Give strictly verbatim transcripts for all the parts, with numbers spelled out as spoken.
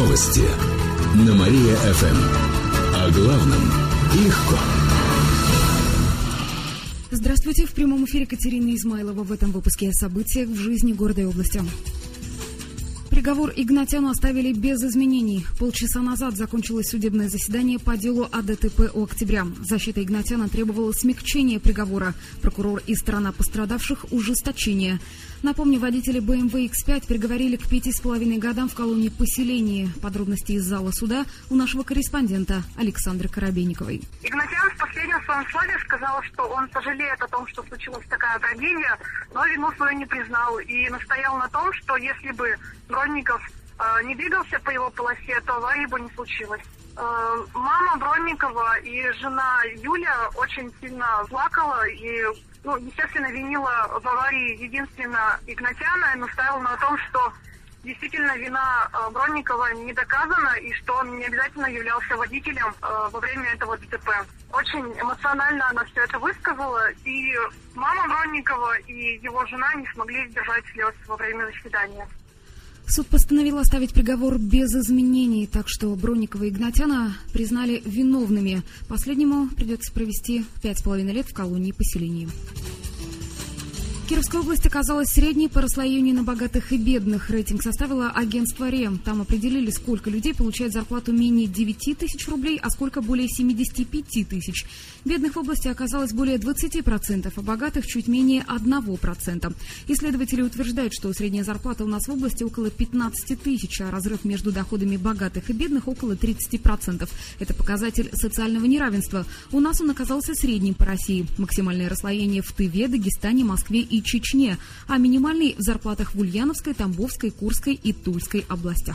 Новости на Мария-ФМ. О главном легко. Здравствуйте. В прямом эфире Катерина Измайлова. В этом выпуске о событиях в жизни города и области. Приговор Игнатяну оставили без изменений. Полчаса назад закончилось судебное заседание по делу о ДТП у Октября. Защита Игнатяна требовала смягчения приговора. Прокурор и сторона пострадавших – ужесточения. Напомню, водители бэ эм вэ икс пять приговорили к пяти с половиной годам в колонии поселения. Подробности из зала суда у нашего корреспондента Александры Коробейниковой. Игнатян в последнем своем слове сказал, что он сожалеет о том, что случилась такая трагедия, но вину свою не признал и настоял на том, что если бы Бронников э, не двигался по его полосе, то аварии бы не случилось. Э, мама Бронникова и жена Юля очень сильно плакала и, ну, естественно, винила в аварии единственно Игнатяна и настаивала на том, что действительно вина э, Бронникова не доказана и что он не обязательно являлся водителем э, во время этого ДТП. Очень эмоционально она все это высказала, и мама Бронникова и его жена не смогли сдержать слез во время заседания. Суд постановил оставить приговор без изменений, так что Бронникова и Игнатяна признали виновными. Последнему придется провести пять с половиной лет в колонии поселения. Кировская область оказалась средней по расслоению на богатых и бедных. Рейтинг составило агентство РЕМ. Там определили, сколько людей получает зарплату менее девяти тысяч рублей, а сколько более семидесяти пяти тысяч. Бедных в области оказалось более двадцати процентов, а богатых чуть менее одного процента. Исследователи утверждают, что средняя зарплата у нас в области около пятнадцати тысяч, а разрыв между доходами богатых и бедных около тридцати процентов. Это показатель социального неравенства. У нас он оказался средним по России. Максимальное расслоение в Тыве, Дагестане, Москве и Чечне, а минимальный в зарплатах в Ульяновской, Тамбовской, Курской и Тульской областях.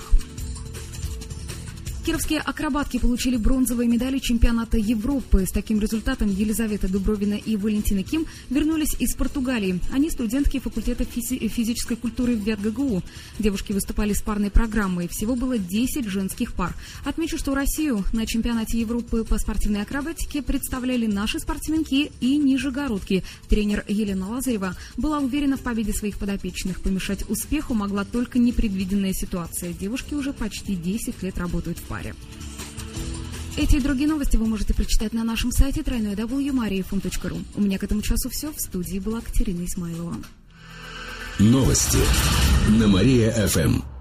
Кировские акробатки получили бронзовые медали чемпионата Европы. С таким результатом Елизавета Дубровина и Валентина Ким вернулись из Португалии. Они студентки факультета физи- физической культуры в ВятГГУ. Девушки выступали с парной программой. Всего было десять женских пар. Отмечу, что Россию на чемпионате Европы по спортивной акробатике представляли наши спортсменки и нижегородки. Тренер Елена Лазарева была уверена в победе своих подопечных. Помешать успеху могла только непредвиденная ситуация. Девушки уже почти десять лет работают в паре. Эти и другие новости вы можете прочитать на нашем сайте дабл ю дабл ю дабл ю точка мария эф эм точка ру. У меня к этому часу все. В студии была Катерина Измайлова. Новости на Мария-ФМ.